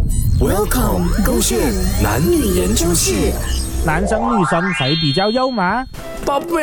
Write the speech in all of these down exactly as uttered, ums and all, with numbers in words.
Welcome， 勾选男女研究室。 男生女生谁比较肉麻？ 宝贝，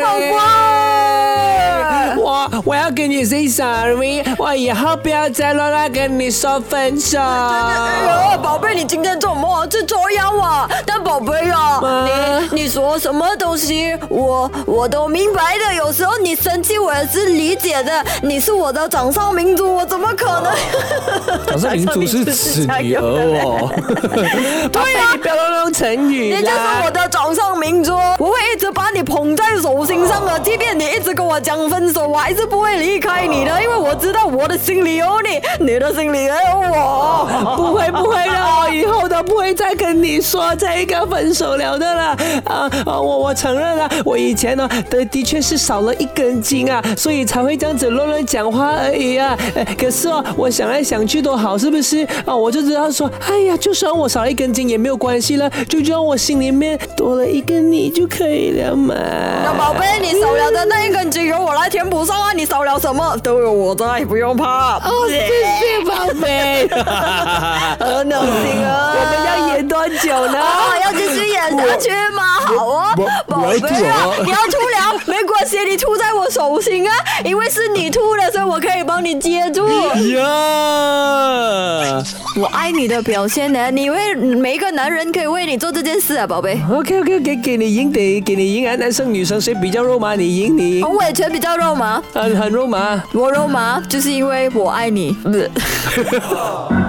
我我要跟你 say sorry， 我以后不要再乱乱跟你说分手。 哎呦，宝贝，你今天怎么是这样啊？但宝贝啊，你你说什么东西，我我都明白的。有时候你生气，我也是理解的。你是我的掌上明珠，我怎么可能？ 掌上明珠是指女儿哦。 对呀、 啊，不要乱用成语啦。 你就是我的掌上明珠，我会一直把你捧在手心上的。即便你一直跟我讲分手，我还是不会离开你的，因为我知道我的心里有你，你的心里也有我。 不会不会的，我以后都不会再跟你说这个分手了的啦。啊啊，我我承认了，我以前呢的的确是少了一根筋啊，所以才会这样子乱乱讲话而已啊。可是哦，我想来想去都好，是不是啊？我就知道说，哎呀，就算我少了一根筋也没有关系了，就让我心里面多了一个你就可以了嘛。 那宝贝，你少了的那一根筋由我来填补上啊！你少了什么都有我在，不用怕。 哦，谢谢宝贝。 很恶心啊！ 我们要演多久呢？ 哦，要继续演下去吗？好啊，宝贝啊，你要吐了没关系，你吐在我手心啊，因为是你吐的，所以我可以帮你接住。 呀， 我爱你的表现呢，你为每一个男人可以为你做这件事啊，宝贝。 OK OK OK， 给你赢得，给你赢啊！男生女生谁比较肉麻？你赢，你赢。 我也全比较肉麻， 很很肉麻。 我肉麻就是因为我爱你。